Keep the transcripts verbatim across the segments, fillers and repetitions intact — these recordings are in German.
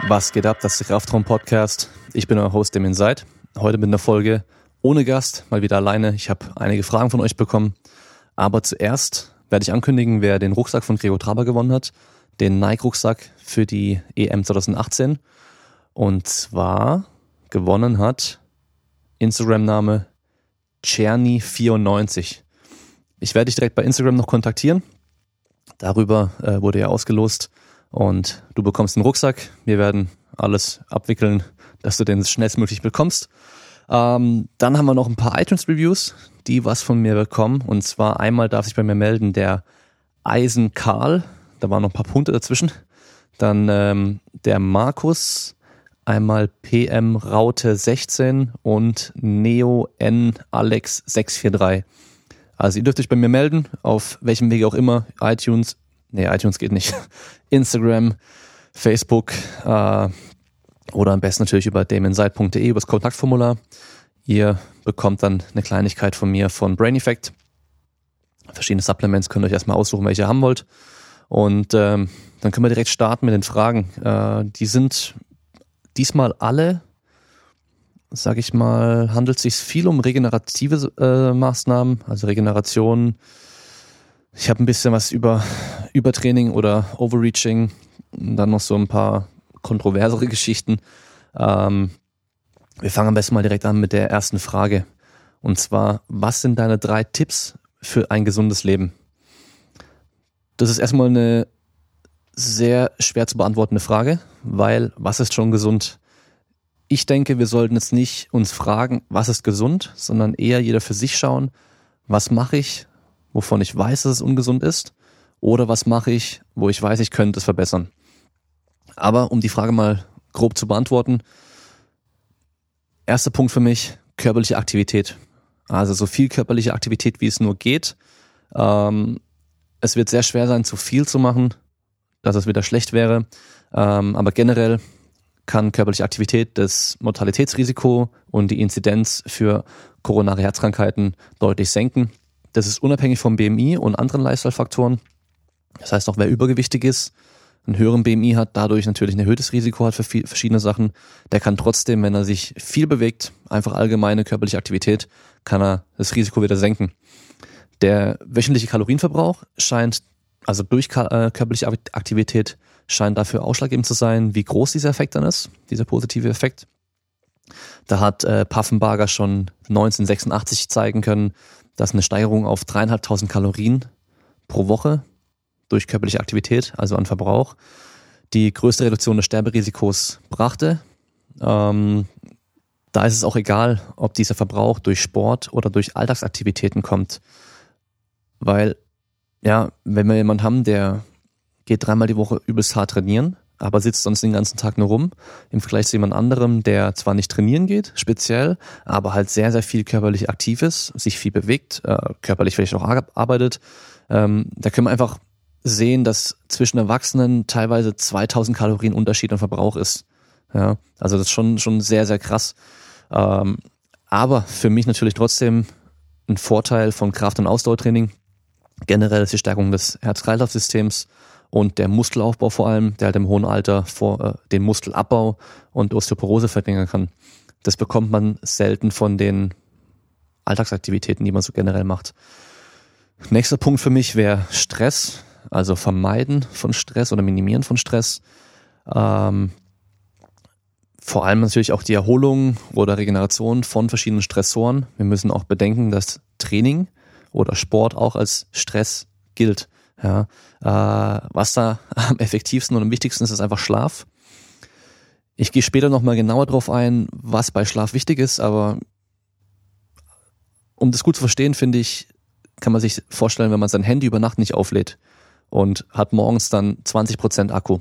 Was geht ab? Das ist der Kraftraum-Podcast. Ich bin euer Host, dem ihr seid. Heute mit einer Folge ohne Gast, mal wieder alleine. Ich habe einige Fragen von euch bekommen. Aber zuerst werde ich ankündigen, wer den Rucksack von Gregor Traber gewonnen hat. Den Nike-Rucksack für die E M zwanzig achtzehn. Und zwar gewonnen hat Instagram-Name Czerny vierundneunzig. Ich werde dich direkt bei Instagram noch kontaktieren. Darüber äh, wurde ja ausgelost. Und du bekommst den Rucksack. Wir werden alles abwickeln, dass du den schnellstmöglich bekommst. Ähm, dann haben wir noch ein paar iTunes-Reviews, die was von mir bekommen. Und zwar einmal darf sich bei mir melden der Eisen Karl. Da waren noch ein paar Punkte dazwischen. Dann ähm, der Markus, einmal P M Raute sechzehn und Neo N Alex sechs vier drei. Also ihr dürft euch bei mir melden, auf welchem Wege auch immer, iTunes, nee, iTunes geht nicht, Instagram, Facebook äh, oder am besten natürlich über damianseid punkt de, über das Kontaktformular. Ihr bekommt dann eine Kleinigkeit von mir von Brain Effect. Verschiedene Supplements, könnt ihr euch erstmal aussuchen, welche ihr haben wollt. Und ähm, dann können wir direkt starten mit den Fragen. Äh, die sind diesmal alle, sag ich mal, handelt es sich viel um regenerative äh, Maßnahmen, also Regeneration. Ich habe ein bisschen was über Übertraining oder Overreaching, und dann noch so ein paar kontroversere Geschichten. Ähm, wir fangen am besten mal direkt an mit der ersten Frage. Und zwar, was sind deine drei Tipps für ein gesundes Leben? Das ist erstmal eine sehr schwer zu beantwortende Frage, weil was ist schon gesund? Ich denke, wir sollten jetzt nicht uns fragen, was ist gesund, sondern eher jeder für sich schauen, was mache ich, wovon ich weiß, dass es ungesund ist, oder was mache ich, wo ich weiß, ich könnte es verbessern. Aber um die Frage mal grob zu beantworten, erster Punkt für mich, körperliche Aktivität. Also so viel körperliche Aktivität, wie es nur geht. Ähm, es wird sehr schwer sein, zu viel zu machen, dass es wieder schlecht wäre. Ähm, aber generell kann körperliche Aktivität das Mortalitätsrisiko und die Inzidenz für koronare Herzkrankheiten deutlich senken. Das ist unabhängig vom B M I und anderen Lifestyle-Faktoren. Das heißt, auch wer übergewichtig ist, einen höheren B M I hat, dadurch natürlich ein erhöhtes Risiko hat für viel, verschiedene Sachen, der kann trotzdem, wenn er sich viel bewegt, einfach allgemeine körperliche Aktivität, kann er das Risiko wieder senken. Der wöchentliche Kalorienverbrauch scheint, also durch äh, körperliche Aktivität, scheint dafür ausschlaggebend zu sein, wie groß dieser Effekt dann ist, dieser positive Effekt. Da hat äh, Paffenbarger schon neunzehnhundertsechsundachtzig zeigen können, dass eine Steigerung auf dreieinhalbtausend Kalorien pro Woche durch körperliche Aktivität, also an Verbrauch, die größte Reduktion des Sterberisikos brachte. Ähm, da ist es auch egal, ob dieser Verbrauch durch Sport oder durch Alltagsaktivitäten kommt. Weil, ja, wenn wir jemanden haben, der geht dreimal die Woche übelst hart trainieren, aber sitzt sonst den ganzen Tag nur rum, im Vergleich zu jemand anderem, der zwar nicht trainieren geht, speziell, aber halt sehr, sehr viel körperlich aktiv ist, sich viel bewegt, äh, körperlich vielleicht auch arbeitet, ähm, da können wir einfach sehen, dass zwischen Erwachsenen teilweise zweitausend Kalorien Unterschied im Verbrauch ist. Ja, also das ist schon, schon sehr, sehr krass. Ähm, aber für mich natürlich trotzdem ein Vorteil von Kraft- und Ausdauertraining. Generell ist die Stärkung des Herz-Kreislauf-Systems und der Muskelaufbau vor allem, der halt im hohen Alter vor äh, den Muskelabbau und Osteoporose verringern kann. Das bekommt man selten von den Alltagsaktivitäten, die man so generell macht. Nächster Punkt für mich wäre Stress, also Vermeiden von Stress oder Minimieren von Stress. Ähm, vor allem natürlich auch die Erholung oder Regeneration von verschiedenen Stressoren. Wir müssen auch bedenken, dass Training oder Sport auch als Stress gilt. Ja, äh, was da am effektivsten und am wichtigsten ist, ist einfach Schlaf. Ich gehe später nochmal genauer drauf ein, was bei Schlaf wichtig ist, aber um das gut zu verstehen, finde ich, kann man sich vorstellen, wenn man sein Handy über Nacht nicht auflädt und hat morgens dann zwanzig Prozent Akku.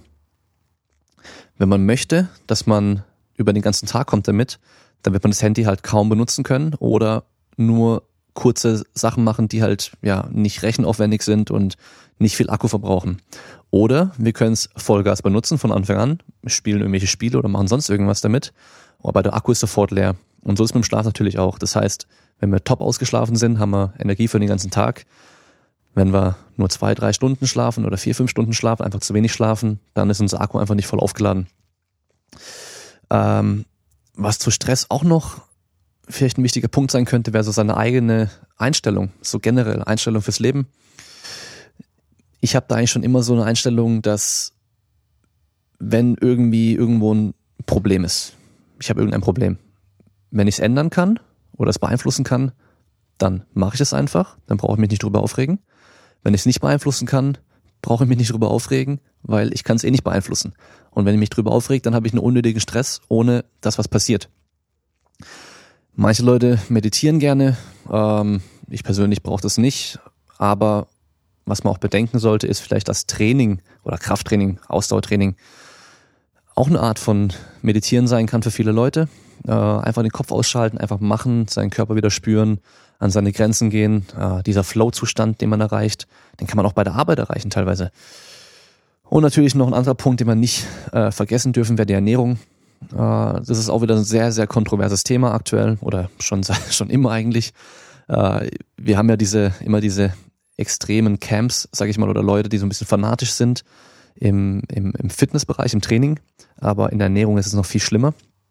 Wenn man möchte, dass man über den ganzen Tag kommt damit, dann wird man das Handy halt kaum benutzen können oder nur kurze Sachen machen, die halt ja nicht rechenaufwendig sind und nicht viel Akku verbrauchen. Oder wir können es Vollgas benutzen von Anfang an, spielen irgendwelche Spiele oder machen sonst irgendwas damit, aber der Akku ist sofort leer. Und so ist es mit dem Schlaf natürlich auch. Das heißt, wenn wir top ausgeschlafen sind, haben wir Energie für den ganzen Tag. Wenn wir nur zwei, drei Stunden schlafen oder vier, fünf Stunden schlafen, einfach zu wenig schlafen, dann ist unser Akku einfach nicht voll aufgeladen. Ähm, was zu Stress auch noch vielleicht ein wichtiger Punkt sein könnte, wäre so seine eigene Einstellung, so generell Einstellung fürs Leben. Ich habe da eigentlich schon immer so eine Einstellung, dass wenn irgendwie irgendwo ein Problem ist, ich habe irgendein Problem, wenn ich es ändern kann oder es beeinflussen kann, dann mache ich es einfach, dann brauche ich mich nicht drüber aufregen. Wenn ich es nicht beeinflussen kann, brauche ich mich nicht drüber aufregen, weil ich kann es eh nicht beeinflussen. Und wenn ich mich drüber aufrege, dann habe ich einen unnötigen Stress, ohne dass was passiert. Manche Leute meditieren gerne, ähm, ich persönlich brauche das nicht, aber was man auch bedenken sollte, ist vielleicht, dass Training oder Krafttraining, Ausdauertraining auch eine Art von Meditieren sein kann für viele Leute. Äh, einfach den Kopf ausschalten, einfach machen, seinen Körper wieder spüren, an seine Grenzen gehen. Äh, dieser Flow-Zustand, den man erreicht, den kann man auch bei der Arbeit erreichen teilweise. Und natürlich noch ein anderer Punkt, den wir nicht äh, vergessen dürfen, wäre die Ernährung. Äh, das ist auch wieder ein sehr, sehr kontroverses Thema aktuell oder schon, schon immer eigentlich. Äh, wir haben ja diese immer diese extremen Camps, sage ich mal, oder Leute, die so ein bisschen fanatisch sind im, im, im Fitnessbereich, im Training, aber in der Ernährung ist es noch viel schlimmer.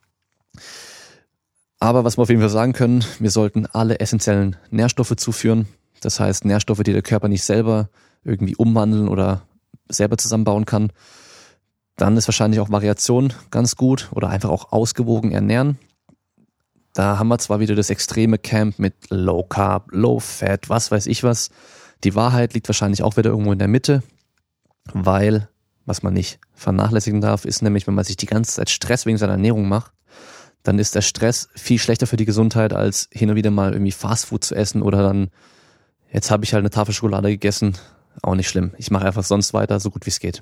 Aber was wir auf jeden Fall sagen können, wir sollten alle essentiellen Nährstoffe zuführen. Das heißt Nährstoffe, die der Körper nicht selber irgendwie umwandeln oder selber zusammenbauen kann. Dann ist wahrscheinlich auch Variation ganz gut oder einfach auch ausgewogen ernähren. Da haben wir zwar wieder das extreme Camp mit Low Carb, Low Fat, was weiß ich was. Die Wahrheit liegt wahrscheinlich auch wieder irgendwo in der Mitte, weil, was man nicht vernachlässigen darf, ist nämlich, wenn man sich die ganze Zeit Stress wegen seiner Ernährung macht, dann ist der Stress viel schlechter für die Gesundheit, als hin und wieder mal irgendwie Fastfood zu essen oder dann, jetzt habe ich halt eine Tafel Schokolade gegessen, auch nicht schlimm. Ich mache einfach sonst weiter, so gut wie es geht.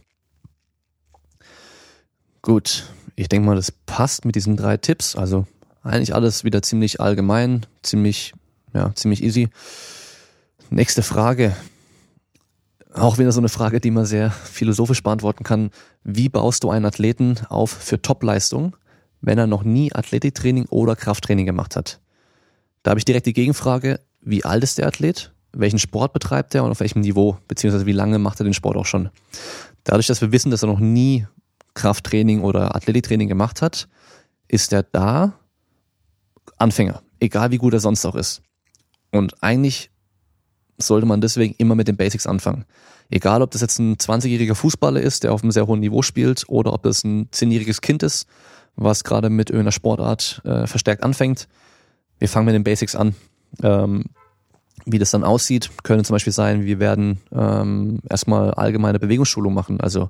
Gut, ich denke mal, das passt mit diesen drei Tipps, also eigentlich alles wieder ziemlich allgemein, ziemlich, ja, ziemlich easy. Nächste Frage. Auch wieder so eine Frage, die man sehr philosophisch beantworten kann. Wie baust du einen Athleten auf für Topleistung, wenn er noch nie Athletiktraining oder Krafttraining gemacht hat? Da habe ich direkt die Gegenfrage, wie alt ist der Athlet? Welchen Sport betreibt er und auf welchem Niveau? Beziehungsweise wie lange macht er den Sport auch schon? Dadurch, dass wir wissen, dass er noch nie Krafttraining oder Athletiktraining gemacht hat, ist er da Anfänger, egal wie gut er sonst auch ist. Und eigentlich sollte man deswegen immer mit den Basics anfangen. Egal, ob das jetzt ein zwanzigjähriger Fußballer ist, der auf einem sehr hohen Niveau spielt, oder ob das ein zehnjähriges Kind ist, was gerade mit irgendeiner Sportart äh, verstärkt anfängt. Wir fangen mit den Basics an. Ähm, wie das dann aussieht, könnte zum Beispiel sein, wir werden ähm, erstmal allgemeine Bewegungsschulung machen. Also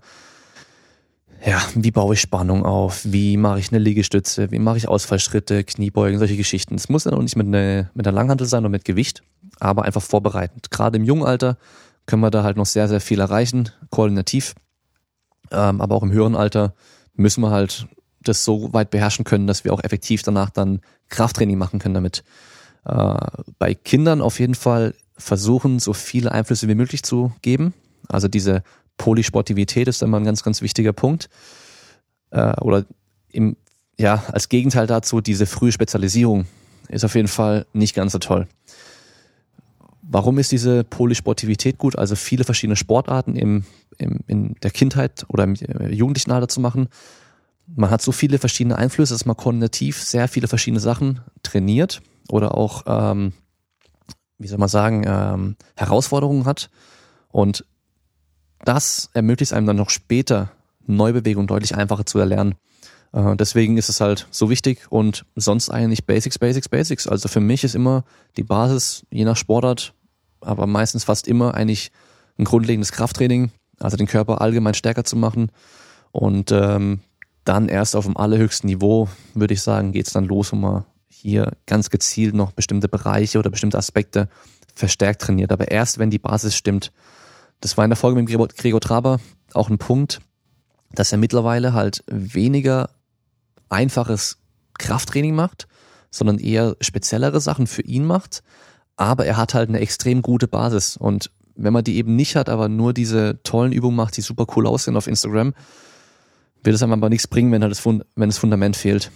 ja, wie baue ich Spannung auf? Wie mache ich eine Liegestütze? Wie mache ich Ausfallschritte, Kniebeugen, solche Geschichten. Es muss dann auch nicht mit, eine, mit einer Langhantel sein oder mit Gewicht, aber einfach vorbereitend. Gerade im jungen Alter können wir da halt noch sehr, sehr viel erreichen, koordinativ. Ähm, aber auch im höheren Alter müssen wir halt das so weit beherrschen können, dass wir auch effektiv danach dann Krafttraining machen können damit. Äh, bei Kindern auf jeden Fall versuchen, so viele Einflüsse wie möglich zu geben. Also diese Polysportivität ist immer ein ganz, ganz wichtiger Punkt. Äh, oder im, ja, als Gegenteil dazu, diese frühe Spezialisierung ist auf jeden Fall nicht ganz so toll. Warum ist diese Polysportivität gut? Also viele verschiedene Sportarten im, im, in der Kindheit oder im jugendlichen Alter zu machen. Man hat so viele verschiedene Einflüsse, dass man koordinativ sehr viele verschiedene Sachen trainiert oder auch, ähm, wie soll man sagen, ähm, Herausforderungen hat. Und das ermöglicht einem dann noch später Neubewegungen deutlich einfacher zu erlernen. Äh, deswegen ist es halt so wichtig und sonst eigentlich Basics, Basics, Basics. Also für mich ist immer die Basis, je nach Sportart, aber meistens fast immer eigentlich ein grundlegendes Krafttraining, also den Körper allgemein stärker zu machen. Und ähm, dann erst auf dem allerhöchsten Niveau, würde ich sagen, geht's dann los, wo man hier ganz gezielt noch bestimmte Bereiche oder bestimmte Aspekte verstärkt trainiert. Aber erst, wenn die Basis stimmt. Das war in der Folge mit Gregor, Gregor Traber auch ein Punkt, dass er mittlerweile halt weniger einfaches Krafttraining macht, sondern eher speziellere Sachen für ihn macht. Aber er hat halt eine extrem gute Basis. Und wenn man die eben nicht hat, aber nur diese tollen Übungen macht, die super cool aussehen auf Instagram, wird es einem aber nichts bringen, wenn halt das, Fund- wenn das Fundament fehlt.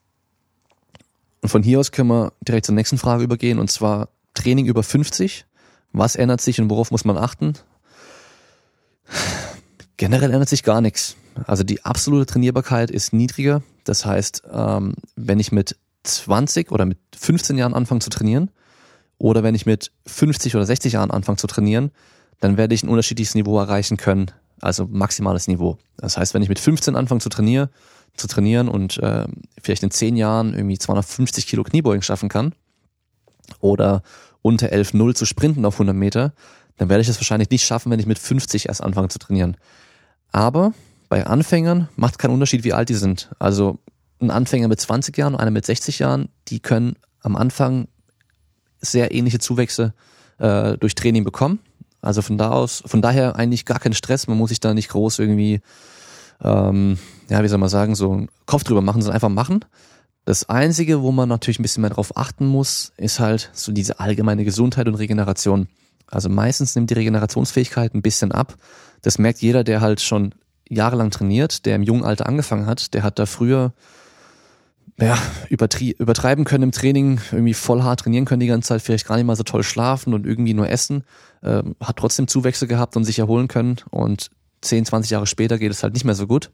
Und von hier aus können wir direkt zur nächsten Frage übergehen, und zwar Training über fünfzig. Was ändert sich und worauf muss man achten? Generell ändert sich gar nichts. Also die absolute Trainierbarkeit ist niedriger. Das heißt, ähm, wenn ich mit zwanzig oder mit fünfzehn Jahren anfange zu trainieren oder wenn ich mit fünfzig oder sechzig Jahren anfange zu trainieren, dann werde ich ein unterschiedliches Niveau erreichen können, also maximales Niveau. Das heißt, wenn ich mit fünfzehn anfange zu trainieren, zu trainieren und äh, vielleicht in zehn Jahren irgendwie zweihundertfünfzig Kilo Kniebeugen schaffen kann oder unter elf null zu sprinten auf hundert Meter, dann werde ich es wahrscheinlich nicht schaffen, wenn ich mit fünfzig erst anfange zu trainieren. Aber bei Anfängern macht keinen Unterschied, wie alt die sind. Also ein Anfänger mit zwanzig Jahren und einer mit sechzig Jahren, die können am Anfang sehr ähnliche Zuwächse äh, durch Training bekommen. Also von da aus, von daher eigentlich gar kein Stress. Man muss sich da nicht groß irgendwie, ähm, ja, wie soll man sagen, so einen Kopf drüber machen, sondern einfach machen. Das Einzige, wo man natürlich ein bisschen mehr drauf achten muss, ist halt so diese allgemeine Gesundheit und Regeneration. Also meistens nimmt die Regenerationsfähigkeit ein bisschen ab. Das merkt jeder, der halt schon jahrelang trainiert, der im jungen Alter angefangen hat. Der hat da früher ja, übertrie- übertreiben können im Training, irgendwie voll hart trainieren können die ganze Zeit, vielleicht gar nicht mal so toll schlafen und irgendwie nur essen, äh, hat trotzdem Zuwächse gehabt und sich erholen können und zehn, zwanzig Jahre später geht es halt nicht mehr so gut.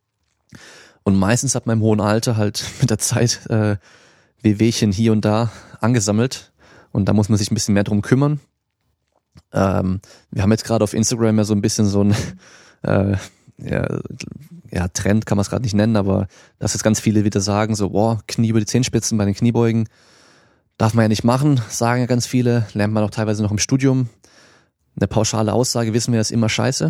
Und meistens hat man im hohen Alter halt mit der Zeit äh, Wehwehchen hier und da angesammelt und da muss man sich ein bisschen mehr drum kümmern. Ähm, wir haben jetzt gerade auf Instagram ja so ein bisschen so ein äh, ja, ja, Trend kann man es gerade nicht nennen, aber dass jetzt ganz viele wieder sagen, so, boah, Knie über die Zehenspitzen bei den Kniebeugen, darf man ja nicht machen, sagen ja ganz viele, lernt man auch teilweise noch im Studium. Eine pauschale Aussage, wissen wir, ist immer scheiße.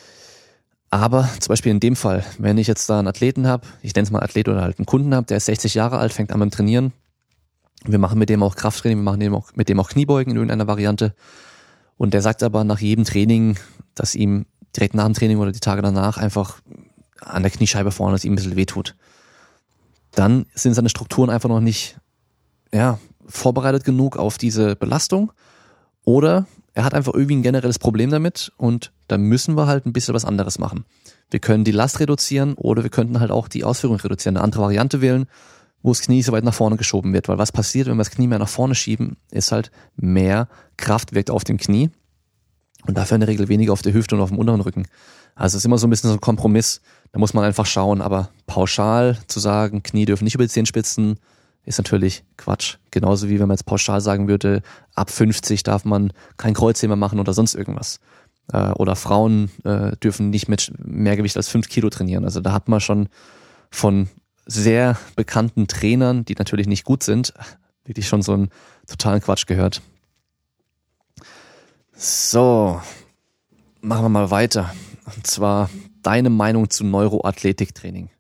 Aber zum Beispiel in dem Fall, wenn ich jetzt da einen Athleten habe, ich nenne es mal Athlet oder halt einen Kunden habe, der ist sechzig Jahre alt, fängt an beim Trainieren, wir machen mit dem auch Krafttraining, wir machen auch, mit dem auch Kniebeugen in irgendeiner Variante und der sagt aber nach jedem Training, dass ihm direkt nach dem Training oder die Tage danach einfach an der Kniescheibe vorne es ihm ein bisschen wehtut. Dann sind seine Strukturen einfach noch nicht ja, vorbereitet genug auf diese Belastung oder er hat einfach irgendwie ein generelles Problem damit und dann müssen wir halt ein bisschen was anderes machen. Wir können die Last reduzieren oder wir könnten halt auch die Ausführung reduzieren, eine andere Variante wählen, wo das Knie so weit nach vorne geschoben wird, weil was passiert, wenn wir das Knie mehr nach vorne schieben, ist halt mehr Kraft wirkt auf dem Knie. Und dafür in der Regel weniger auf der Hüfte und auf dem unteren Rücken. Also es ist immer so ein bisschen so ein Kompromiss. Da muss man einfach schauen. Aber pauschal zu sagen, Knie dürfen nicht über die Zehenspitzen, ist natürlich Quatsch. Genauso wie wenn man jetzt pauschal sagen würde, ab fünfzig darf man kein Kreuzheben mehr machen oder sonst irgendwas. Äh, oder Frauen äh, dürfen nicht mit mehr Gewicht als fünf Kilo trainieren. Also da hat man schon von sehr bekannten Trainern, die natürlich nicht gut sind, wirklich schon so einen totalen Quatsch gehört. So, machen wir mal weiter. Und zwar deine Meinung zu Neuroathletiktraining.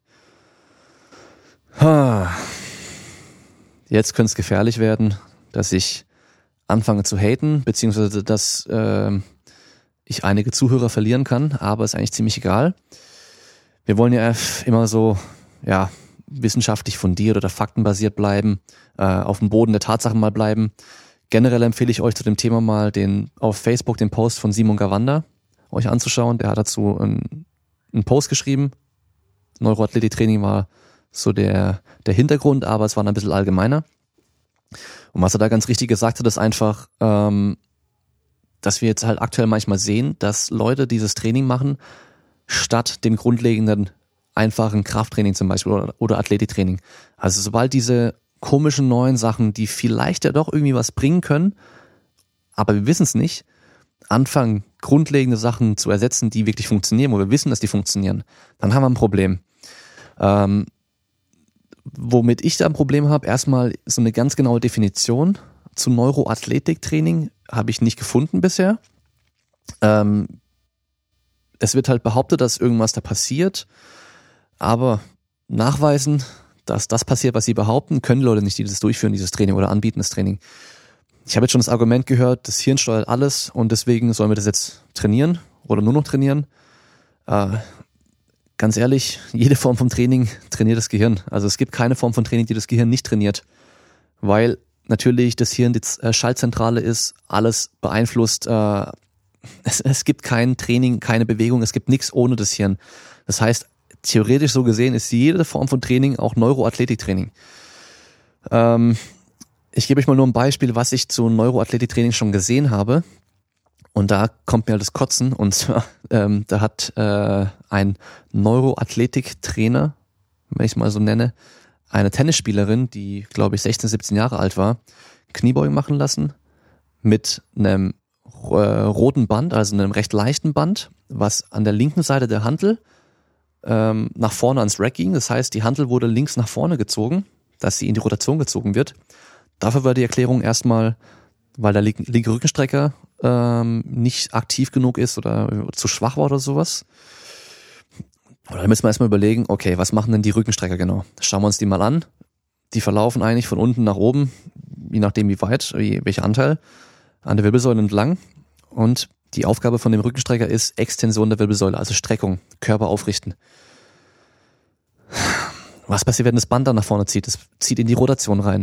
Jetzt könnte es gefährlich werden, dass ich anfange zu haten, beziehungsweise dass äh, ich einige Zuhörer verlieren kann, aber ist eigentlich ziemlich egal. Wir wollen ja immer so, ja, wissenschaftlich fundiert oder faktenbasiert bleiben, äh, auf dem Boden der Tatsachen mal bleiben. Generell empfehle ich euch zu dem Thema mal den auf Facebook den Post von Simon Gawanda euch anzuschauen. Der hat dazu einen, einen Post geschrieben. Neuroathletiktraining war so der, der Hintergrund, aber es war ein bisschen allgemeiner. Und was er da ganz richtig gesagt hat, ist einfach, ähm, dass wir jetzt halt aktuell manchmal sehen, dass Leute dieses Training machen, statt dem grundlegenden, einfachen Krafttraining zum Beispiel oder, oder Athletiktraining. Also sobald diese komischen neuen Sachen, die vielleicht ja doch irgendwie was bringen können, aber wir wissen es nicht, anfangen, grundlegende Sachen zu ersetzen, die wirklich funktionieren, wo wir wissen, dass die funktionieren, dann haben wir ein Problem. Ähm, womit ich da ein Problem habe, erstmal so eine ganz genaue Definition zu Neuroathletiktraining habe ich nicht gefunden bisher. Ähm, es wird halt behauptet, dass irgendwas da passiert, aber nachweisen, dass das passiert, was sie behaupten, können die Leute nicht, die das durchführen, dieses Training oder anbieten, das Training. Ich habe jetzt schon das Argument gehört, das Hirn steuert alles und deswegen sollen wir das jetzt trainieren oder nur noch trainieren. Äh, ganz ehrlich, jede Form von Training trainiert das Gehirn. Also es gibt keine Form von Training, die das Gehirn nicht trainiert, weil natürlich das Hirn die Schaltzentrale ist, alles beeinflusst. Äh, es, es gibt kein Training, keine Bewegung, es gibt nichts ohne das Hirn. Das heißt, theoretisch so gesehen ist jede Form von Training auch Neuroathletiktraining. Ähm, ich gebe euch mal nur ein Beispiel, was ich zu Neuroathletiktraining schon gesehen habe. Und da kommt mir halt das Kotzen. Und zwar, ähm, da hat äh, ein Neuroathletik-Trainer, wenn ich es mal so nenne, eine Tennisspielerin, die, glaube ich, sechzehn, siebzehn Jahre alt war, Kniebeugen machen lassen mit einem äh, roten Band, also einem recht leichten Band, was an der linken Seite der Hantel ähm, nach vorne ans Rack ging. Das heißt, die Hantel wurde links nach vorne gezogen, dass sie in die Rotation gezogen wird. Dafür war die Erklärung erstmal, weil der linke Rückenstrecker ähm, nicht aktiv genug ist oder zu schwach war oder sowas. Oder da müssen wir erstmal überlegen, okay, was machen denn die Rückenstrecker genau? Schauen wir uns die mal an. Die verlaufen eigentlich von unten nach oben, je nachdem wie weit, wie, welcher Anteil, an der Wirbelsäule entlang. Und die Aufgabe von dem Rückenstrecker ist Extension der Wirbelsäule, also Streckung, Körper aufrichten. Was passiert, wenn das Band dann nach vorne zieht? Es zieht in die Rotation rein.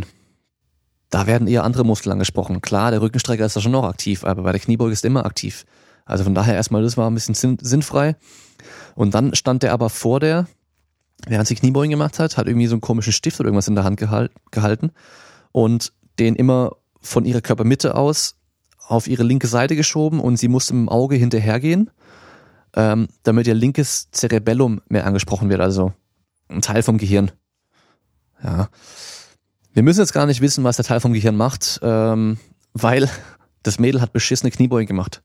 Da werden eher andere Muskeln angesprochen. Klar, der Rückenstrecker ist da schon noch aktiv, aber bei der Kniebeuge ist er immer aktiv. Also von daher erstmal, das war ein bisschen sinn, sinnfrei. Und dann stand der aber vor der, während sie Kniebeugen gemacht hat, hat irgendwie so einen komischen Stift oder irgendwas in der Hand gehal- gehalten und den immer von ihrer Körpermitte aus auf ihre linke Seite geschoben und sie musste mit dem Auge hinterhergehen, ähm, damit ihr linkes Cerebellum mehr angesprochen wird, also ein Teil vom Gehirn. Ja. Wir müssen jetzt gar nicht wissen, was der Teil vom Gehirn macht, ähm, weil das Mädel hat beschissene Kniebeugen gemacht.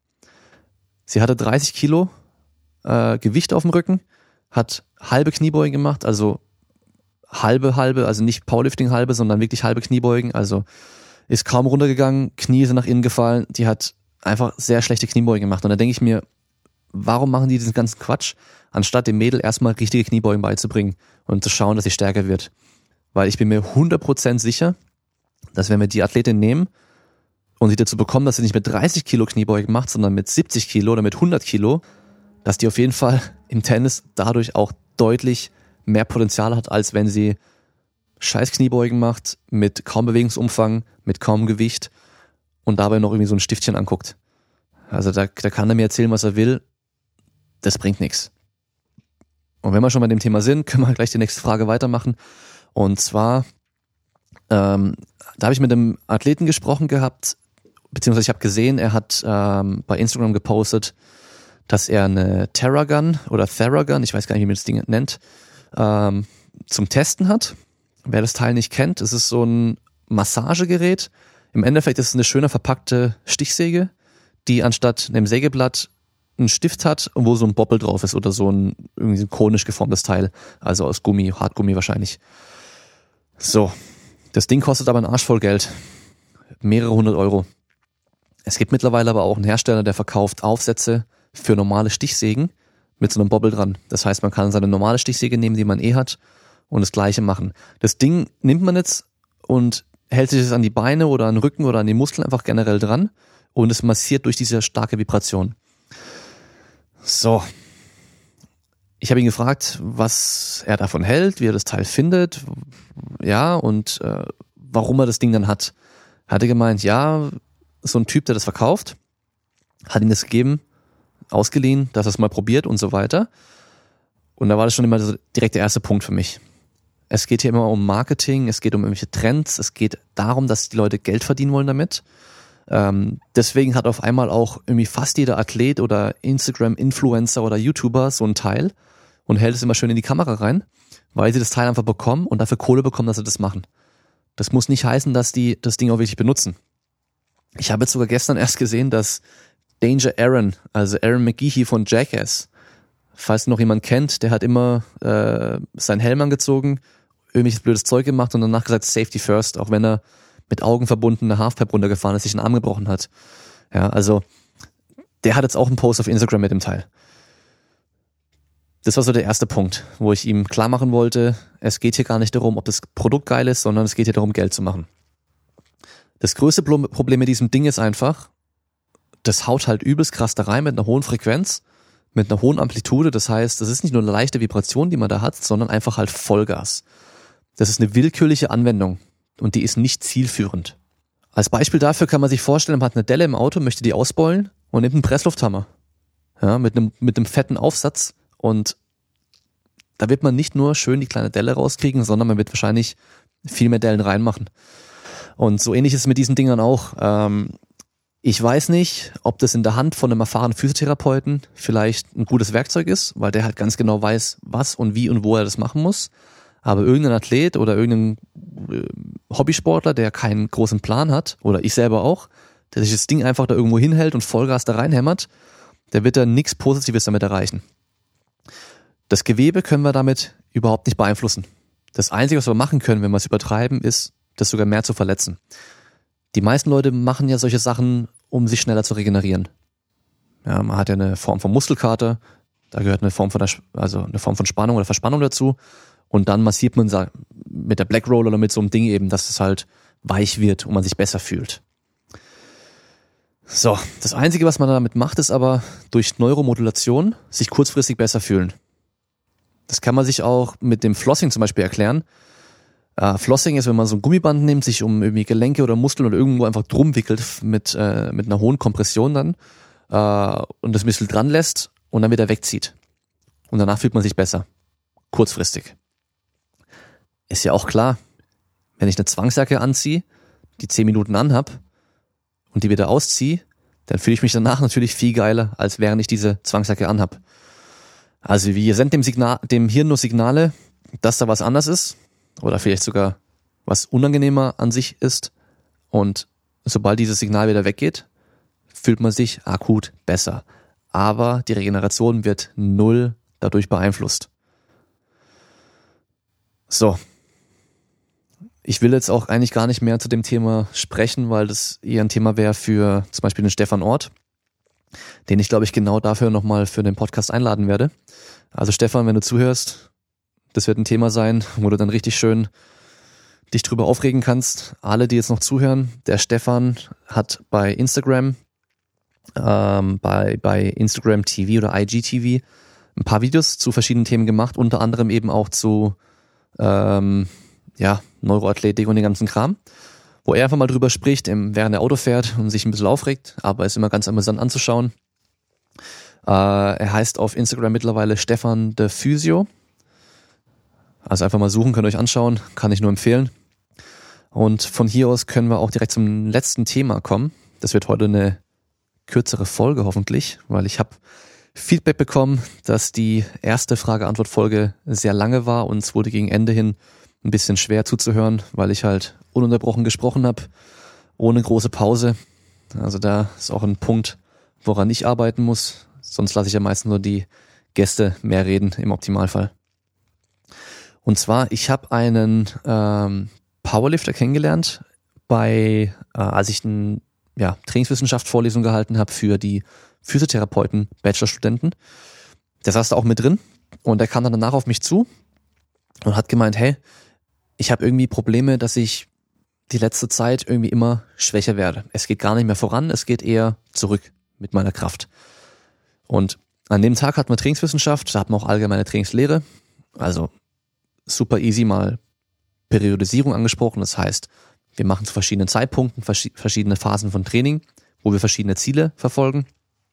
Sie hatte dreißig Kilo äh, Gewicht auf dem Rücken, hat halbe Kniebeugen gemacht, also halbe, halbe, also nicht Powerlifting halbe, sondern wirklich halbe Kniebeugen, also ist kaum runtergegangen, Knie sind nach innen gefallen, die hat einfach sehr schlechte Kniebeugen gemacht. Und da denke ich mir, warum machen die diesen ganzen Quatsch, anstatt dem Mädel erstmal richtige Kniebeugen beizubringen und zu schauen, dass sie stärker wird. Weil ich bin mir hundert Prozent sicher, dass wenn wir die Athletin nehmen und sie dazu bekommen, dass sie nicht mit dreißig Kilo Kniebeugen macht, sondern mit siebzig Kilo oder mit hundert Kilo, dass die auf jeden Fall im Tennis dadurch auch deutlich mehr Potenzial hat, als wenn sie scheiß Kniebeugen macht, mit kaum Bewegungsumfang, mit kaum Gewicht und dabei noch irgendwie so ein Stiftchen anguckt. Also da, da kann er mir erzählen, was er will, das bringt nichts. Und wenn wir schon bei dem Thema sind, können wir gleich die nächste Frage weitermachen. Und zwar, ähm, da habe ich mit einem Athleten gesprochen gehabt, beziehungsweise ich habe gesehen, er hat ähm, bei Instagram gepostet, dass er eine Theragun oder Theragun, ich weiß gar nicht, wie man das Ding nennt, ähm, zum Testen hat. Wer das Teil nicht kennt, es ist so ein Massagegerät. Im Endeffekt ist es eine schöne verpackte Stichsäge, die anstatt einem Sägeblatt einen Stift hat, wo so ein Bobbel drauf ist oder so ein irgendwie ein konisch geformtes Teil, also aus Gummi, Hartgummi wahrscheinlich. So, das Ding kostet aber einen Arsch voll Geld, mehrere hundert Euro. Es gibt mittlerweile aber auch einen Hersteller, der verkauft Aufsätze für normale Stichsägen mit so einem Bobbel dran. Das heißt, man kann seine normale Stichsäge nehmen, die man eh hat, und das Gleiche machen. Das Ding nimmt man jetzt und hält sich das an die Beine oder an den Rücken oder an die Muskeln einfach generell dran und es massiert durch diese starke Vibration. So. Ich habe ihn gefragt, was er davon hält, wie er das Teil findet, ja, und äh, warum er das Ding dann hat. Er hatte gemeint, ja, so ein Typ, der das verkauft, hat ihm das gegeben, ausgeliehen, dass er es mal probiert und so weiter. Und da war das schon immer so direkt der erste Punkt für mich. Es geht hier immer um Marketing, es geht um irgendwelche Trends, es geht darum, dass die Leute Geld verdienen wollen damit. Ähm, deswegen hat auf einmal auch irgendwie fast jeder Athlet oder Instagram-Influencer oder YouTuber so ein Teil und hält es immer schön in die Kamera rein, weil sie das Teil einfach bekommen und dafür Kohle bekommen, dass sie das machen. Das muss nicht heißen, dass die das Ding auch wirklich benutzen. Ich habe jetzt sogar gestern erst gesehen, dass Danger Aaron, also Aaron McGeehee von Jackass, falls noch jemand kennt, der hat immer äh, seinen Helm angezogen, irgendwelches blödes Zeug gemacht und danach gesagt Safety First, auch wenn er mit Augen verbunden eine Halfpipe runtergefahren ist, sich einen Arm gebrochen hat. Ja, also der hat jetzt auch einen Post auf Instagram mit dem Teil. Das war so der erste Punkt, wo ich ihm klar machen wollte, es geht hier gar nicht darum, ob das Produkt geil ist, sondern es geht hier darum, Geld zu machen. Das größte Problem mit diesem Ding ist einfach, das haut halt übelst krass da rein mit einer hohen Frequenz, mit einer hohen Amplitude. Das heißt, das ist nicht nur eine leichte Vibration, die man da hat, sondern einfach halt Vollgas. Das ist eine willkürliche Anwendung und die ist nicht zielführend. Als Beispiel dafür kann man sich vorstellen, man hat eine Delle im Auto, möchte die ausbeulen und nimmt einen Presslufthammer. Ja, mit einem, mit einem fetten Aufsatz, und da wird man nicht nur schön die kleine Delle rauskriegen, sondern man wird wahrscheinlich viel mehr Dellen reinmachen. Und so ähnlich ist es mit diesen Dingern auch. Ähm, Ich weiß nicht, ob das in der Hand von einem erfahrenen Physiotherapeuten vielleicht ein gutes Werkzeug ist, weil der halt ganz genau weiß, was und wie und wo er das machen muss. Aber irgendein Athlet oder irgendein äh, Hobbysportler, der keinen großen Plan hat, oder ich selber auch, der sich das Ding einfach da irgendwo hinhält und Vollgas da reinhämmert, der wird da nichts Positives damit erreichen. Das Gewebe können wir damit überhaupt nicht beeinflussen. Das Einzige, was wir machen können, wenn wir es übertreiben, ist, das sogar mehr zu verletzen. Die meisten Leute machen ja solche Sachen, um sich schneller zu regenerieren. Ja, man hat ja eine Form von Muskelkater, da gehört eine Form von der, also eine Form von Spannung oder Verspannung dazu. Und dann massiert man mit der Black Roll oder mit so einem Ding eben, dass es halt weich wird und man sich besser fühlt. So, das Einzige, was man damit macht, ist aber durch Neuromodulation sich kurzfristig besser fühlen. Das kann man sich auch mit dem Flossing zum Beispiel erklären. Äh, Flossing ist, wenn man so ein Gummiband nimmt, sich um irgendwie Gelenke oder Muskeln oder irgendwo einfach drum wickelt mit, äh, mit einer hohen Kompression dann äh, und das ein bisschen dran lässt und dann wieder wegzieht. Und danach fühlt man sich besser. Kurzfristig. Ist ja auch klar, wenn ich eine Zwangsjacke anziehe, die zehn Minuten anhab und die wieder ausziehe, dann fühle ich mich danach natürlich viel geiler, als während ich diese Zwangsjacke anhab. Also wir senden dem, Signal, dem Hirn nur Signale, dass da was anders ist oder vielleicht sogar was unangenehmer an sich ist. Und sobald dieses Signal wieder weggeht, fühlt man sich akut besser. Aber die Regeneration wird null dadurch beeinflusst. So. Ich will jetzt auch eigentlich gar nicht mehr zu dem Thema sprechen, weil das eher ein Thema wäre für zum Beispiel den Stefan Ort, den ich, glaube ich, genau dafür nochmal für den Podcast einladen werde. Also Stefan, wenn du zuhörst, das wird ein Thema sein, wo du dann richtig schön dich drüber aufregen kannst. Alle, die jetzt noch zuhören, der Stefan hat bei Instagram, ähm, bei, bei Instagram T V oder I G T V ein paar Videos zu verschiedenen Themen gemacht, unter anderem eben auch zu ähm, ja, Neuroathletik und den ganzen Kram, wo er einfach mal drüber spricht, während er Auto fährt und sich ein bisschen aufregt, aber ist immer ganz amüsant anzuschauen. Äh, er heißt auf Instagram mittlerweile Stefan the Physio. Also einfach mal suchen, könnt ihr euch anschauen, kann ich nur empfehlen. Und von hier aus können wir auch direkt zum letzten Thema kommen. Das wird heute eine kürzere Folge hoffentlich, weil ich habe Feedback bekommen, dass die erste Frage-Antwort-Folge sehr lange war und es wurde gegen Ende hin ein bisschen schwer zuzuhören, weil ich halt ununterbrochen gesprochen habe, ohne große Pause. Also da ist auch ein Punkt, woran ich arbeiten muss. Sonst lasse ich ja meistens nur die Gäste mehr reden, im Optimalfall. Und zwar, ich habe einen ähm, Powerlifter kennengelernt, bei äh, als ich eine ja, Trainingswissenschaft-Vorlesung gehalten habe für die Physiotherapeuten-Bachelorstudenten. Der saß da auch mit drin und der kam dann danach auf mich zu und hat gemeint, hey, ich habe irgendwie Probleme, dass ich die letzte Zeit irgendwie immer schwächer werde. Es geht gar nicht mehr voran, es geht eher zurück mit meiner Kraft. Und an dem Tag hatten wir Trainingswissenschaft, da hatten wir auch allgemeine Trainingslehre. Also super easy mal Periodisierung angesprochen. Das heißt, wir machen zu verschiedenen Zeitpunkten verschiedene Phasen von Training, wo wir verschiedene Ziele verfolgen.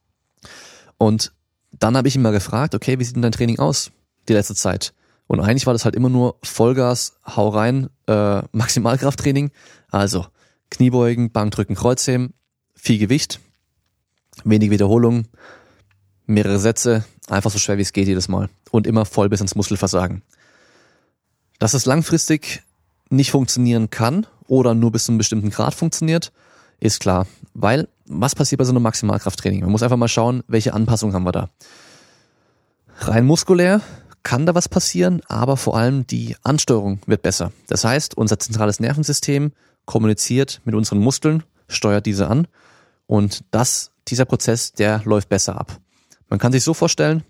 Und dann habe ich ihn mal gefragt, okay, wie sieht denn dein Training aus die letzte Zeit? Und eigentlich war das halt immer nur Vollgas, hau rein, äh, Maximalkrafttraining. Also Kniebeugen, Bankdrücken, Kreuzheben, viel Gewicht, wenig Wiederholungen, mehrere Sätze, einfach so schwer wie es geht jedes Mal. Und immer voll bis ins Muskelversagen. Dass es langfristig nicht funktionieren kann oder nur bis zu einem bestimmten Grad funktioniert, ist klar. Weil, was passiert bei so einem Maximalkrafttraining? Man muss einfach mal schauen, welche Anpassungen haben wir da. Rein muskulär kann da was passieren, aber vor allem die Ansteuerung wird besser. Das heißt, unser zentrales Nervensystem kommuniziert mit unseren Muskeln, steuert diese an und das, dieser Prozess, der läuft besser ab. Man kann sich so vorstellen,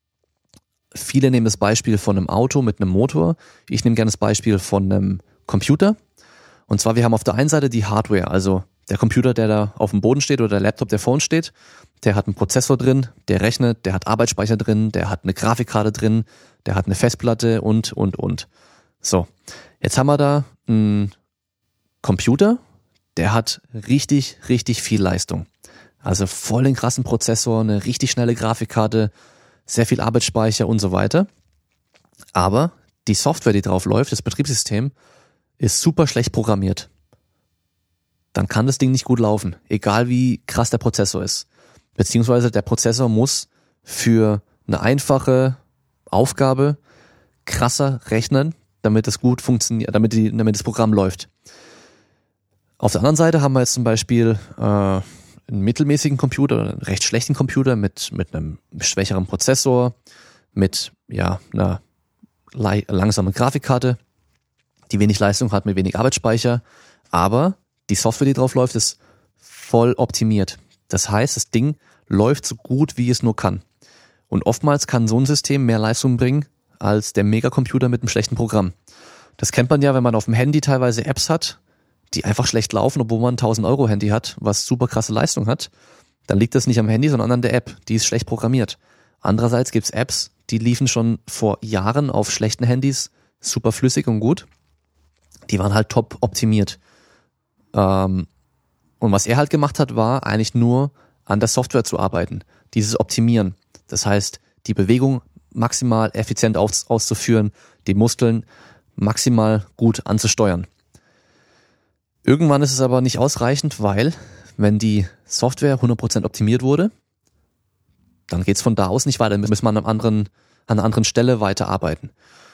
viele nehmen das Beispiel von einem Auto mit einem Motor. Ich nehme gerne das Beispiel von einem Computer. Und zwar, wir haben auf der einen Seite die Hardware, also der Computer, der da auf dem Boden steht oder der Laptop, der vor uns steht, der hat einen Prozessor drin, der rechnet, der hat Arbeitsspeicher drin, der hat eine Grafikkarte drin, der hat eine Festplatte und, und, und. So, jetzt haben wir da einen Computer, der hat richtig, richtig viel Leistung. Also voll den krassen Prozessor, eine richtig schnelle Grafikkarte, sehr viel Arbeitsspeicher und so weiter. Aber die Software, die drauf läuft, das Betriebssystem, ist super schlecht programmiert. dann kann das Ding nicht gut laufen, egal wie krass der Prozessor ist. Beziehungsweise der Prozessor muss für eine einfache Aufgabe krasser rechnen, damit es gut funktioniert, damit, die, damit das Programm läuft. Auf der anderen Seite haben wir jetzt zum Beispiel äh, einen mittelmäßigen Computer oder einen recht schlechten Computer mit, mit einem schwächeren Prozessor, mit ja einer le- langsamen Grafikkarte, die wenig Leistung hat, mit wenig Arbeitsspeicher, aber die Software, die drauf läuft, ist voll optimiert. Das heißt, das Ding läuft so gut, wie es nur kann. Und oftmals kann so ein System mehr Leistung bringen als der Megacomputer mit einem schlechten Programm. Das kennt man ja, wenn man auf dem Handy teilweise Apps hat, die einfach schlecht laufen, obwohl man ein tausend Euro Handy hat, was super krasse Leistung hat. Dann liegt das nicht am Handy, sondern an der App. Die ist schlecht programmiert. Andererseits gibt's Apps, die liefen schon vor Jahren auf schlechten Handys super flüssig und gut. Die waren halt top optimiert. Ähm, und was er halt gemacht hat, war eigentlich nur an der Software zu arbeiten. Dieses Optimieren. Das heißt, die Bewegung maximal effizient aus, auszuführen, die Muskeln maximal gut anzusteuern. Irgendwann ist es aber nicht ausreichend, weil wenn die Software hundert Prozent optimiert wurde, dann geht's von da aus nicht weiter. Dann muss man an, einem anderen, an einer anderen Stelle weiterarbeiten.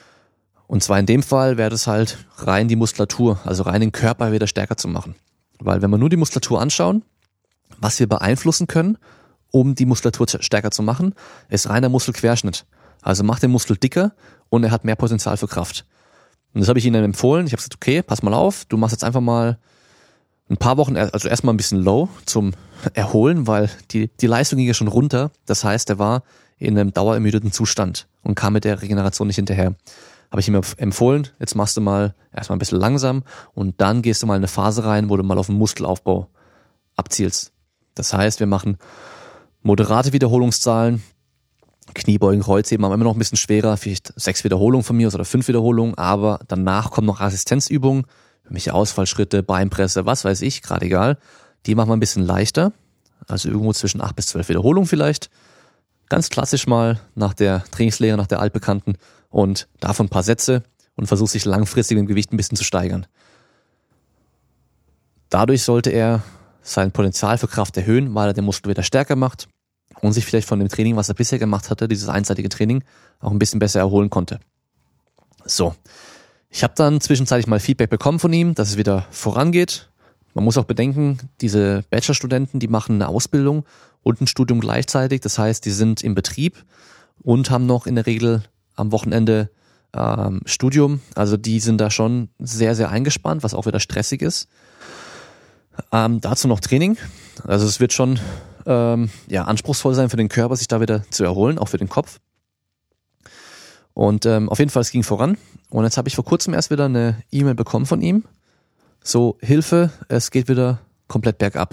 Und zwar in dem Fall wäre das halt rein die Muskulatur, also rein den Körper wieder stärker zu machen. Weil wenn wir nur die Muskulatur anschauen, was wir beeinflussen können, um die Muskulatur stärker zu machen, ist reiner Muskelquerschnitt. Also macht den Muskel dicker und er hat mehr Potenzial für Kraft. Und das habe ich Ihnen empfohlen. Ich habe gesagt, okay, pass mal auf, du machst jetzt einfach mal ein paar Wochen, also erstmal ein bisschen low zum Erholen, weil die, die Leistung ging ja schon runter. Das heißt, er war in einem dauerermüdeten Zustand und kam mit der Regeneration nicht hinterher. Habe ich ihm empfohlen, jetzt machst du mal erstmal ein bisschen langsam und dann gehst du mal in eine Phase rein, wo du mal auf den Muskelaufbau abzielst. Das heißt, wir machen moderate Wiederholungszahlen, Kniebeugen, Kreuzheben haben immer noch ein bisschen schwerer, vielleicht sechs Wiederholungen von mir aus oder fünf Wiederholungen, aber danach kommen noch Assistenzübungen, irgendwelche Ausfallschritte, Beinpresse, was weiß ich, gerade egal. Die machen wir ein bisschen leichter, also irgendwo zwischen acht bis zwölf Wiederholungen vielleicht. Ganz klassisch mal nach der Trainingslehre, nach der altbekannten und davon ein paar Sätze und versucht sich langfristig im Gewicht ein bisschen zu steigern. Dadurch sollte er sein Potenzial für Kraft erhöhen, weil er den Muskel wieder stärker macht und sich vielleicht von dem Training, was er bisher gemacht hatte, dieses einseitige Training, auch ein bisschen besser erholen konnte. So, ich habe dann zwischenzeitlich mal Feedback bekommen von ihm, dass es wieder vorangeht. Man muss auch bedenken, diese Bachelorstudenten, die machen eine Ausbildung und ein Studium gleichzeitig. Das heißt, die sind im Betrieb und haben noch in der Regel am Wochenende ähm, Studium. Also die sind da schon sehr, sehr eingespannt, was auch wieder stressig ist. Ähm, dazu noch Training. Also es wird schon ähm, ja, anspruchsvoll sein für den Körper, sich da wieder zu erholen, auch für den Kopf. Und ähm, auf jeden Fall, es ging voran. Und jetzt habe ich vor kurzem erst wieder eine E-Mail bekommen von ihm. So, Hilfe, es geht wieder komplett bergab.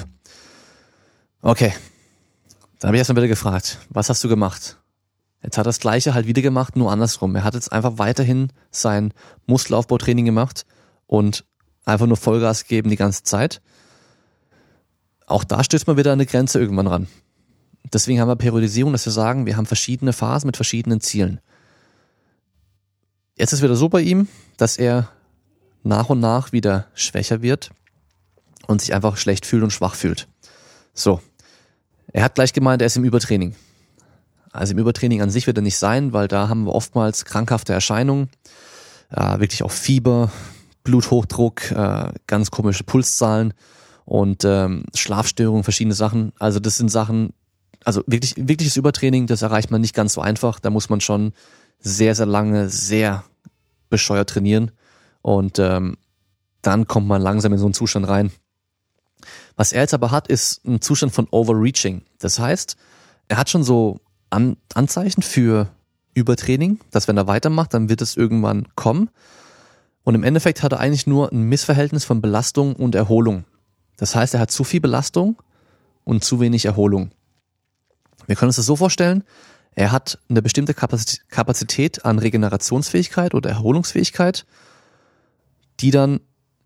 Okay, dann habe ich erstmal wieder gefragt, was hast du gemacht? Jetzt hat er das Gleiche halt wieder gemacht, nur andersrum. Er hat jetzt einfach weiterhin sein Muskelaufbautraining gemacht und einfach nur Vollgas gegeben die ganze Zeit. Auch da stößt man wieder an eine Grenze irgendwann ran. Deswegen haben wir Periodisierung, dass wir sagen, wir haben verschiedene Phasen mit verschiedenen Zielen. Jetzt ist wieder so bei ihm, dass er nach und nach wieder schwächer wird und sich einfach schlecht fühlt und schwach fühlt. So, er hat gleich gemeint, er ist im Übertraining. Also im Übertraining an sich wird er nicht sein, weil da haben wir oftmals krankhafte Erscheinungen, äh, wirklich auch Fieber, Bluthochdruck, äh, ganz komische Pulszahlen und ähm, Schlafstörungen, verschiedene Sachen. Also das sind Sachen, also wirklich wirkliches Übertraining, das erreicht man nicht ganz so einfach. Da muss man schon sehr, sehr lange, sehr bescheuert trainieren und ähm, dann kommt man langsam in so einen Zustand rein. Was er jetzt aber hat, ist ein Zustand von Overreaching. Das heißt, er hat schon so An- Anzeichen für Übertraining, dass wenn er weitermacht, dann wird es irgendwann kommen. Und im Endeffekt hat er eigentlich nur ein Missverhältnis von Belastung und Erholung. Das heißt, er hat zu viel Belastung und zu wenig Erholung. Wir können uns das so vorstellen, er hat eine bestimmte Kapazität an Regenerationsfähigkeit oder Erholungsfähigkeit, die dann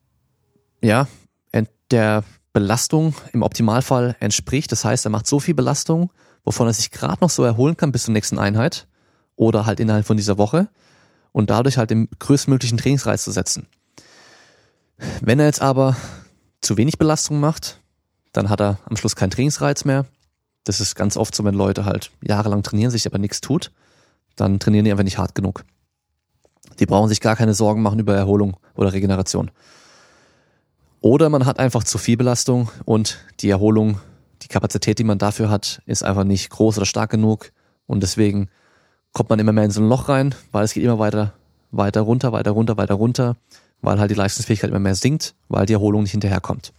ja der Belastung im Optimalfall entspricht. Das heißt, er macht so viel Belastung, wovon er sich gerade noch so erholen kann bis zur nächsten Einheit oder halt innerhalb von dieser Woche und dadurch halt den größtmöglichen Trainingsreiz zu setzen. Wenn er jetzt aber zu wenig Belastung macht, dann hat er am Schluss keinen Trainingsreiz mehr. Das ist ganz oft so, wenn Leute halt jahrelang trainieren, sich aber nichts tut, dann trainieren die einfach nicht hart genug. Die brauchen sich gar keine Sorgen machen über Erholung oder Regeneration. Oder man hat einfach zu viel Belastung und die Erholung, die Kapazität, die man dafür hat, ist einfach nicht groß oder stark genug und deswegen kommt man immer mehr in so ein Loch rein, weil es geht immer weiter, weiter runter, weiter runter, weiter runter, weil halt die Leistungsfähigkeit immer mehr sinkt, weil die Erholung nicht hinterherkommt.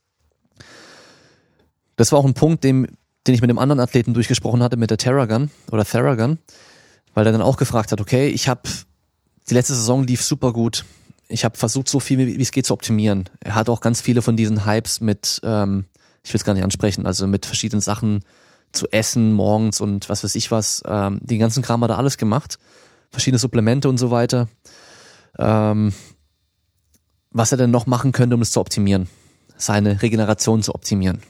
Das war auch ein Punkt, den, den ich mit einem anderen Athleten durchgesprochen hatte, mit der Theragun oder Theragun, weil er dann auch gefragt hat, okay, ich habe, die letzte Saison lief super gut, ich habe versucht, so viel wie es geht zu optimieren. Er hat auch ganz viele von diesen Hypes mit, ähm, ich will es gar nicht ansprechen, also mit verschiedenen Sachen zu essen morgens und was weiß ich was, ähm, den ganzen Kram hat er alles gemacht, verschiedene Supplemente und so weiter. Ähm, was er denn noch machen könnte, um es zu optimieren, seine Regeneration zu optimieren.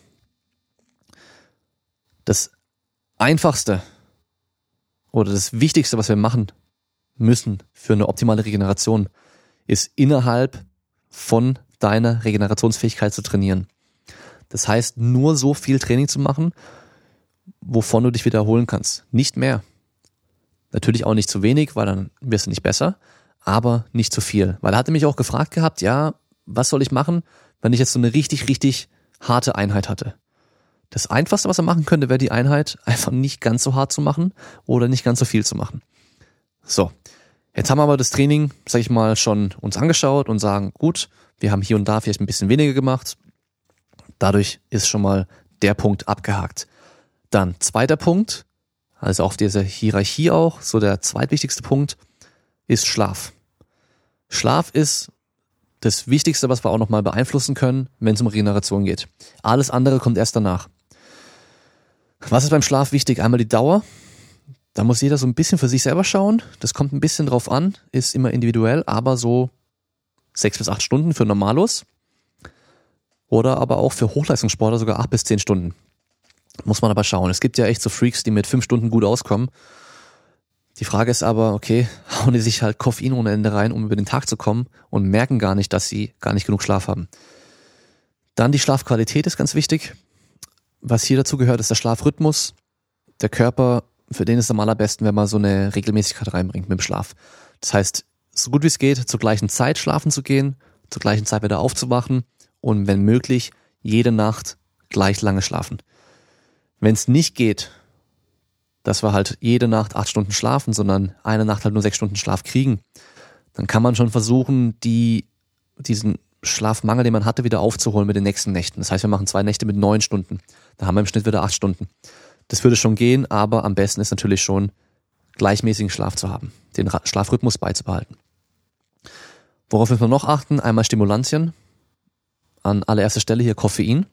Das Einfachste oder das Wichtigste, was wir machen müssen für eine optimale Regeneration, ist innerhalb von deiner Regenerationsfähigkeit zu trainieren. Das heißt, nur so viel Training zu machen, wovon du dich wiederholen kannst. Nicht mehr. Natürlich auch nicht zu wenig, weil dann wirst du nicht besser, aber nicht zu viel. Weil er hatte mich auch gefragt gehabt, ja, was soll ich machen, wenn ich jetzt so eine richtig, richtig harte Einheit hatte? Das Einfachste, was er machen könnte, wäre die Einheit einfach nicht ganz so hart zu machen oder nicht ganz so viel zu machen. So, jetzt haben wir aber das Training, sag ich mal, schon uns angeschaut und sagen, gut, wir haben hier und da vielleicht ein bisschen weniger gemacht. Dadurch ist schon mal der Punkt abgehakt. Dann zweiter Punkt, also auf dieser Hierarchie auch, so der zweitwichtigste Punkt, ist Schlaf. Schlaf ist das Wichtigste, was wir auch nochmal beeinflussen können, wenn es um Regeneration geht. Alles andere kommt erst danach. Was ist beim Schlaf wichtig? Einmal die Dauer. Da muss jeder so ein bisschen für sich selber schauen. Das kommt ein bisschen drauf an, ist immer individuell, aber so sechs bis acht Stunden für Normalos. Oder aber auch für Hochleistungssportler sogar acht bis zehn Stunden. Muss man aber schauen. Es gibt ja echt so Freaks, die mit fünf Stunden gut auskommen. Die Frage ist aber, okay, hauen die sich halt Koffein ohne Ende rein, um über den Tag zu kommen und merken gar nicht, dass sie gar nicht genug Schlaf haben. Dann die Schlafqualität ist ganz wichtig. Was hier dazu gehört, ist der Schlafrhythmus. Der Körper, für den ist es am allerbesten, wenn man so eine Regelmäßigkeit reinbringt mit dem Schlaf. Das heißt, so gut wie es geht, zur gleichen Zeit schlafen zu gehen, zur gleichen Zeit wieder aufzuwachen und wenn möglich, jede Nacht gleich lange schlafen. Wenn es nicht geht, dass wir halt jede Nacht acht Stunden schlafen, sondern eine Nacht halt nur sechs Stunden Schlaf kriegen, dann kann man schon versuchen, die, diesen Schlafmangel, den man hatte, wieder aufzuholen mit den nächsten Nächten. Das heißt, wir machen zwei Nächte mit neun Stunden. Da haben wir im Schnitt wieder acht Stunden. Das würde schon gehen, aber am besten ist natürlich schon, gleichmäßigen Schlaf zu haben, den Schlafrhythmus beizubehalten. Worauf müssen wir noch achten? Einmal Stimulantien. An allererster Stelle hier Koffein.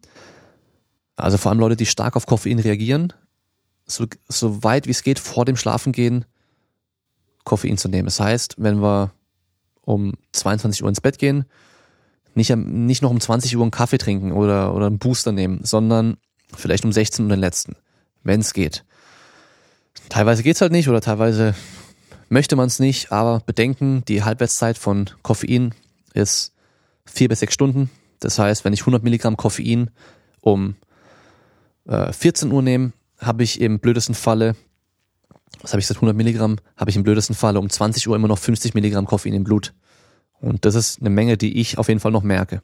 Also vor allem Leute, die stark auf Koffein reagieren, so, so weit wie es geht vor dem Schlafengehen Koffein zu nehmen. Das heißt, wenn wir um zweiundzwanzig Uhr ins Bett gehen, nicht, nicht noch um zwanzig Uhr einen Kaffee trinken oder, oder einen Booster nehmen, sondern vielleicht um sechzehn Uhr den letzten, wenn es geht. Teilweise geht's halt nicht oder teilweise möchte man es nicht, aber bedenken, die Halbwertszeit von Koffein ist vier bis sechs Stunden. Das heißt, wenn ich hundert Milligramm Koffein um äh, vierzehn Uhr nehme, habe ich im blödesten Falle, was habe ich gesagt, hundert Milligramm, habe ich im blödesten Falle um zwanzig Uhr immer noch fünfzig Milligramm Koffein im Blut. Und das ist eine Menge, die ich auf jeden Fall noch merke.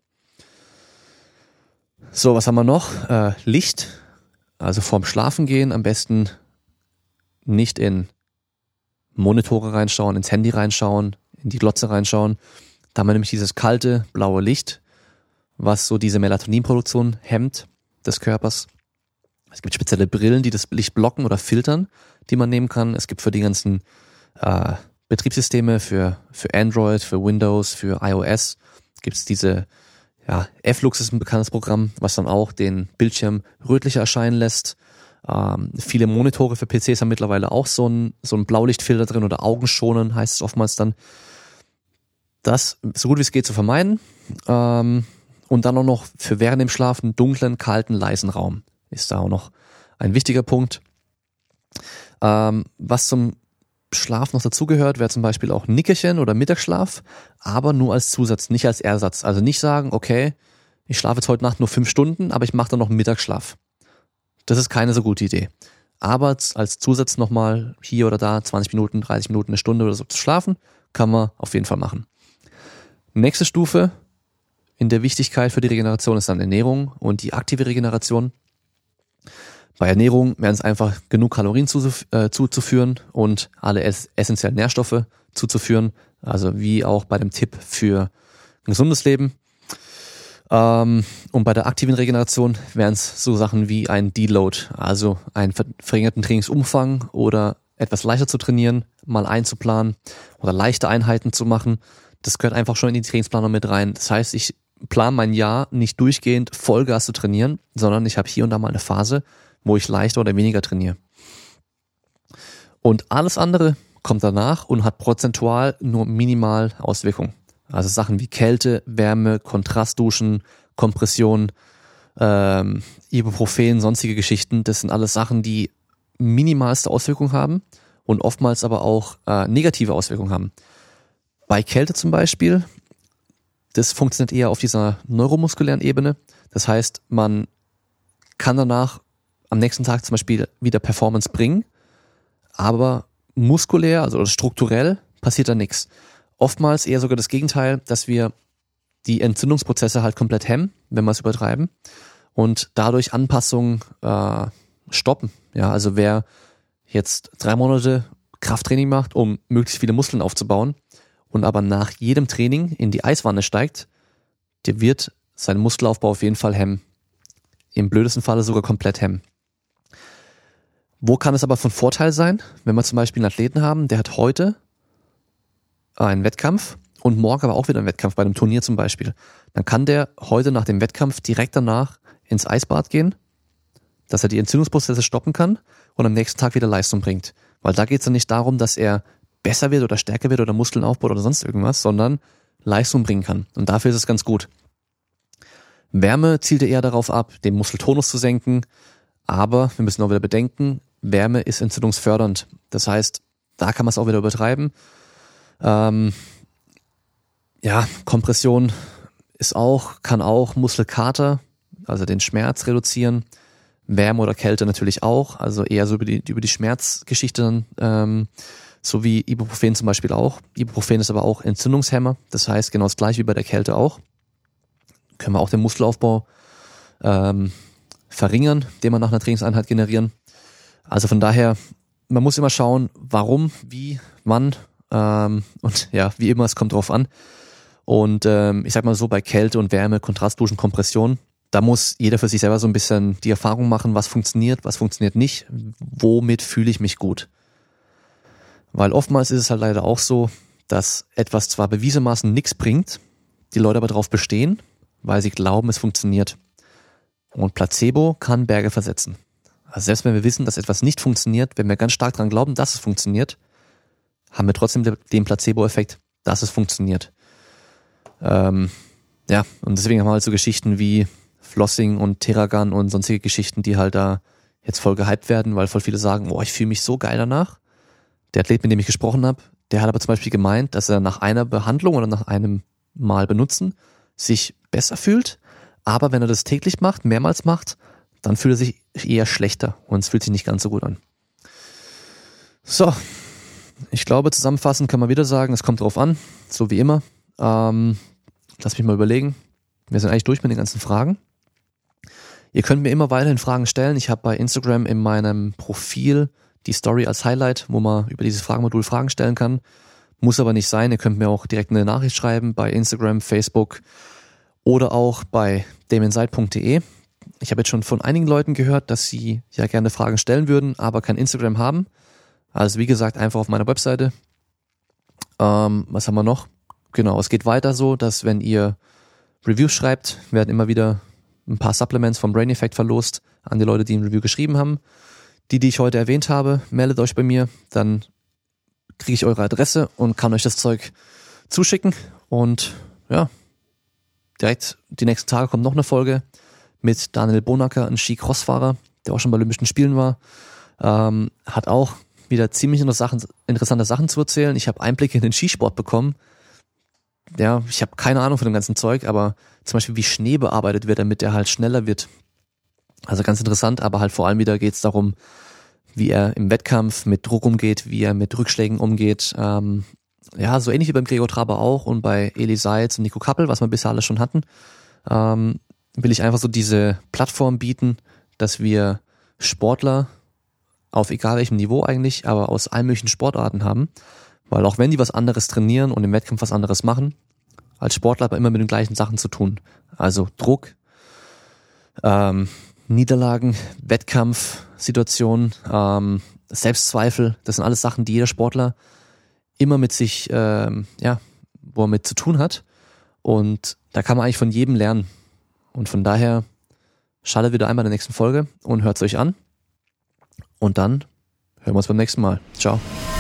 So, was haben wir noch? Äh, Licht. Also vorm Schlafengehen am besten nicht in Monitore reinschauen, ins Handy reinschauen, in die Glotze reinschauen. Da haben wir nämlich dieses kalte, blaue Licht, was so diese Melatoninproduktion hemmt des Körpers. Es gibt spezielle Brillen, die das Licht blocken oder filtern, die man nehmen kann. Es gibt für die ganzen äh, Betriebssysteme, für für Android, für Windows, für iOS, gibt es diese, ja, F-Lux ist ein bekanntes Programm, was dann auch den Bildschirm rötlicher erscheinen lässt. Ähm, viele Monitore für P Cs haben mittlerweile auch so ein so ein Blaulichtfilter drin oder Augenschonen heißt es oftmals dann. Das so gut wie es geht zu vermeiden. Ähm, und dann auch noch für während dem Schlaf einen dunklen, kalten, leisen Raum. Ist da auch noch ein wichtiger Punkt. Ähm, was zum Schlaf noch dazugehört, wäre zum Beispiel auch Nickerchen oder Mittagsschlaf, aber nur als Zusatz, nicht als Ersatz. Also nicht sagen, okay, ich schlafe jetzt heute Nacht nur fünf Stunden, aber ich mache dann noch einen Mittagsschlaf. Das ist keine so gute Idee. Aber als Zusatz nochmal hier oder da zwanzig Minuten, dreißig Minuten, eine Stunde oder so zu schlafen, kann man auf jeden Fall machen. Nächste Stufe in der Wichtigkeit für die Regeneration ist dann Ernährung und die aktive Regeneration. Bei Ernährung werden es einfach genug Kalorien zuzuführen und alle essentiellen Nährstoffe zuzuführen, also wie auch bei dem Tipp für ein gesundes Leben. Und bei der aktiven Regeneration wären es so Sachen wie ein Deload, also einen verringerten Trainingsumfang oder etwas leichter zu trainieren, mal einzuplanen oder leichte Einheiten zu machen. Das gehört einfach schon in die Trainingsplanung mit rein. Das heißt, ich plane mein Jahr nicht durchgehend Vollgas zu trainieren, sondern ich habe hier und da mal eine Phase, wo ich leichter oder weniger trainiere. Und alles andere kommt danach und hat prozentual nur minimal Auswirkungen. Also Sachen wie Kälte, Wärme, Kontrastduschen, Kompression, ähm, Ibuprofen, sonstige Geschichten, das sind alles Sachen, die minimalste Auswirkungen haben und oftmals aber auch äh, negative Auswirkungen haben. Bei Kälte zum Beispiel, das funktioniert eher auf dieser neuromuskulären Ebene. Das heißt, man kann danach am nächsten Tag zum Beispiel wieder Performance bringen, aber muskulär, also strukturell, passiert da nichts. Oftmals eher sogar das Gegenteil, dass wir die Entzündungsprozesse halt komplett hemmen, wenn wir es übertreiben und dadurch Anpassungen äh, stoppen. Ja, also wer jetzt drei Monate Krafttraining macht, um möglichst viele Muskeln aufzubauen und aber nach jedem Training in die Eiswanne steigt, der wird seinen Muskelaufbau auf jeden Fall hemmen. Im blödesten Falle sogar komplett hemmen. Wo kann es aber von Vorteil sein, wenn wir zum Beispiel einen Athleten haben, der hat heute einen Wettkampf und morgen aber auch wieder einen Wettkampf bei einem Turnier zum Beispiel. Dann kann der heute nach dem Wettkampf direkt danach ins Eisbad gehen, dass er die Entzündungsprozesse stoppen kann und am nächsten Tag wieder Leistung bringt. Weil da geht es dann nicht darum, dass er besser wird oder stärker wird oder Muskeln aufbaut oder sonst irgendwas, sondern Leistung bringen kann. Und dafür ist es ganz gut. Wärme zielt eher darauf ab, den Muskeltonus zu senken, aber wir müssen auch wieder bedenken, Wärme ist entzündungsfördernd. Das heißt, da kann man es auch wieder übertreiben. Ähm, ja, Kompression ist auch, kann auch Muskelkater, also den Schmerz reduzieren. Wärme oder Kälte natürlich auch, also eher so über die, über die Schmerzgeschichte dann, ähm, so wie Ibuprofen zum Beispiel auch. Ibuprofen ist aber auch Entzündungshemmer, das heißt genau das gleiche wie bei der Kälte auch. Können wir auch den Muskelaufbau ähm, verringern, den wir nach einer Trainingseinheit generieren. Also von daher, man muss immer schauen, warum, wie, wann ähm, und ja, wie immer, es kommt drauf an. Und ähm, ich sag mal so, bei Kälte und Wärme, Kontrastduschen, Kompression, da muss jeder für sich selber so ein bisschen die Erfahrung machen, was funktioniert, was funktioniert nicht, womit fühle ich mich gut. Weil oftmals ist es halt leider auch so, dass etwas zwar bewiesenermaßen nichts bringt, die Leute aber darauf bestehen, weil sie glauben, es funktioniert. Und Placebo kann Berge versetzen. Also selbst wenn wir wissen, dass etwas nicht funktioniert, wenn wir ganz stark daran glauben, dass es funktioniert, haben wir trotzdem den Placebo-Effekt, dass es funktioniert. Ähm, ja, und deswegen haben wir halt so Geschichten wie Flossing und Theragun und sonstige Geschichten, die halt da jetzt voll gehypt werden, weil voll viele sagen, oh, ich fühle mich so geil danach. Der Athlet, mit dem ich gesprochen habe, der hat aber zum Beispiel gemeint, dass er nach einer Behandlung oder nach einem Mal benutzen sich besser fühlt, aber wenn er das täglich macht, mehrmals macht, dann fühlt er sich eher schlechter und es fühlt sich nicht ganz so gut an. So, ich glaube, zusammenfassend kann man wieder sagen, es kommt drauf an, so wie immer. Ähm, lass mich mal überlegen. Wir sind eigentlich durch mit den ganzen Fragen. Ihr könnt mir immer weiterhin Fragen stellen. Ich habe bei Instagram in meinem Profil die Story als Highlight, wo man über dieses Fragenmodul Fragen stellen kann. Muss aber nicht sein. Ihr könnt mir auch direkt eine Nachricht schreiben bei Instagram, Facebook oder auch bei damianseid punkt de. Ich habe jetzt schon von einigen Leuten gehört, dass sie ja gerne Fragen stellen würden, aber kein Instagram haben. Also wie gesagt, einfach auf meiner Webseite. Ähm, was haben wir noch? Genau, es geht weiter so, dass wenn ihr Reviews schreibt, werden immer wieder ein paar Supplements vom Brain Effect verlost an die Leute, die ein Review geschrieben haben. Die, die ich heute erwähnt habe, meldet euch bei mir, dann kriege ich eure Adresse und kann euch das Zeug zuschicken. Und ja, direkt die nächsten Tage kommt noch eine Folge mit Daniel Bonacker, ein Ski-Cross-Fahrer, der auch schon bei Olympischen Spielen war. Ähm, hat auch wieder ziemlich interessante Sachen zu erzählen. Ich habe Einblicke in den Skisport bekommen. ja, ich habe keine Ahnung von dem ganzen Zeug, aber zum Beispiel wie Schnee bearbeitet wird, damit er halt schneller wird. Also ganz interessant, aber halt vor allem wieder geht es darum, wie er im Wettkampf mit Druck umgeht, wie er mit Rückschlägen umgeht. Ähm, ja, so ähnlich wie beim Gregor Traber auch und bei Eli Seitz und Nico Kappel, was wir bisher alles schon hatten, ähm, will ich einfach so diese Plattform bieten, dass wir Sportler auf egal welchem Niveau eigentlich, aber aus allen möglichen Sportarten haben. Weil auch wenn die was anderes trainieren und im Wettkampf was anderes machen, als Sportler aber immer mit den gleichen Sachen zu tun. Also Druck, ähm, Niederlagen, Wettkampfsituationen, ähm, Selbstzweifel, das sind alles Sachen, die jeder Sportler immer mit sich, ähm, ja, wo er mit zu tun hat. Und da kann man eigentlich von jedem lernen. Und von daher schaltet wieder einmal in der nächsten Folge und hört es euch an. Und dann hören wir uns beim nächsten Mal. Ciao.